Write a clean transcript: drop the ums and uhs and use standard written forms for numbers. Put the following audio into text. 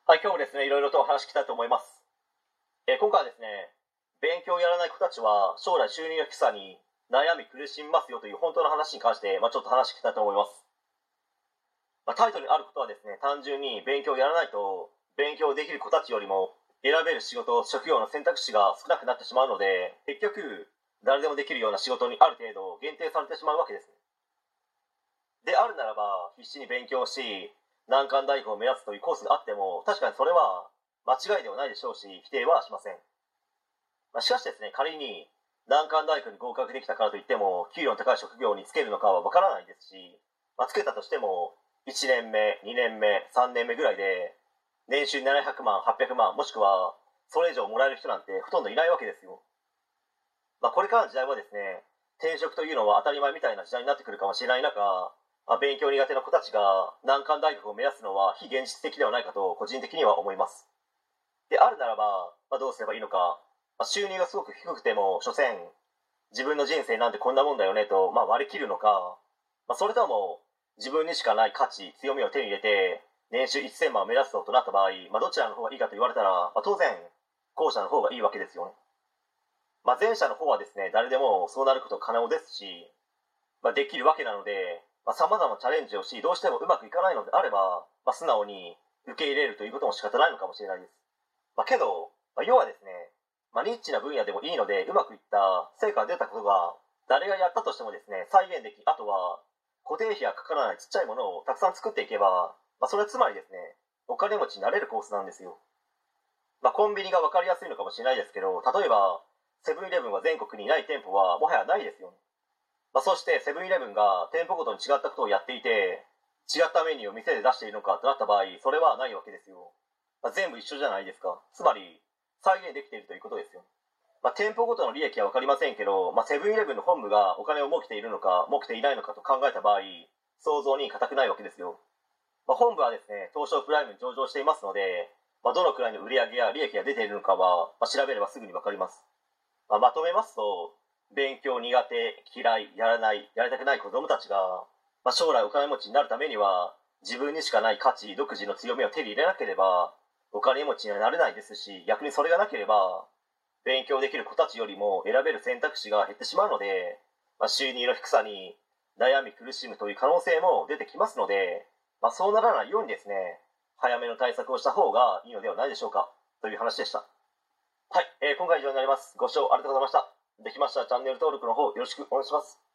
はい、今日もですね、いろいろとお話ししたいと思います。今回はですね、勉強をやらない子たちは将来収入の低さに悩み苦しみますよという本当の話に関して、ちょっと話していきたいと思います。タイトルにあることはですね、単純に勉強をやらないと勉強できる子たちよりも選べる仕事、職業の選択肢が少なくなってしまうので、結局誰でもできるような仕事にある程度限定されてしまうわけですね。であるならば必死に勉強し難関大学を目指すというコースがあっても、確かにそれは間違いではないでしょうし、否定はしません。しかしですね、仮に難関大学に合格できたからといっても給料の高い職業に就けるのかはわからないですし、つけたとしても1年目2年目3年目ぐらいで年収700万800万もしくはそれ以上もらえる人なんてほとんどいないわけですよ。これからの時代はですね、転職というのは当たり前みたいな時代になってくるかもしれない中、勉強苦手な子たちが難関大学を目指すのは非現実的ではないかと個人的には思います。であるならば、どうすればいいのか、収入がすごく低くても所詮自分の人生なんてこんなもんだよねと、割り切るのか、それとも自分にしかない価値強みを手に入れて年収1000万を目指すとなった場合、どちらの方がいいかと言われたら、当然後者の方がいいわけですよね。前者の方はですね、誰でもそうなること可能ですし、できるわけなので、さまざまなチャレンジをし、どうしてもうまくいかないのであれば、素直に受け入れるということも仕方ないのかもしれないです。けど、要はですね、ニッチな分野でもいいので、うまくいった成果が出たことが誰がやったとしてもですね、再現でき、あとは固定費がかからないちっちゃいものをたくさん作っていけば、それはつまりですね、お金持ちになれるコースなんですよ。コンビニが分かりやすいのかもしれないですけど、例えばセブンイレブンは全国にない店舗はもはやないですよね。そしてセブンイレブンが店舗ごとに違ったことをやっていて、違ったメニューを店で出しているのかとなった場合、それはないわけですよ。全部一緒じゃないですか。つまり再現できているということですよ。店舗ごとの利益は分かりませんけど、セブンイレブンの本部がお金を儲けているのか儲けていないのかと考えた場合、想像に難くないわけですよ。本部はですね、東証プライムに上場していますので、どのくらいの売上や利益が出ているのかは、調べればすぐに分かります。まとめますと、勉強苦手、嫌い、やらない、やりたくない子供たちが、将来お金持ちになるためには自分にしかない価値、独自の強みを手に入れなければお金持ちにはなれないですし、逆にそれがなければ勉強できる子たちよりも選べる選択肢が減ってしまうので、収入の低さに悩み苦しむという可能性も出てきますので、そうならないようにですね、早めの対策をした方がいいのではないでしょうかという話でした。はい、今回は以上になります。ご視聴ありがとうございました。できましたらチャンネル登録の方よろしくお願いします。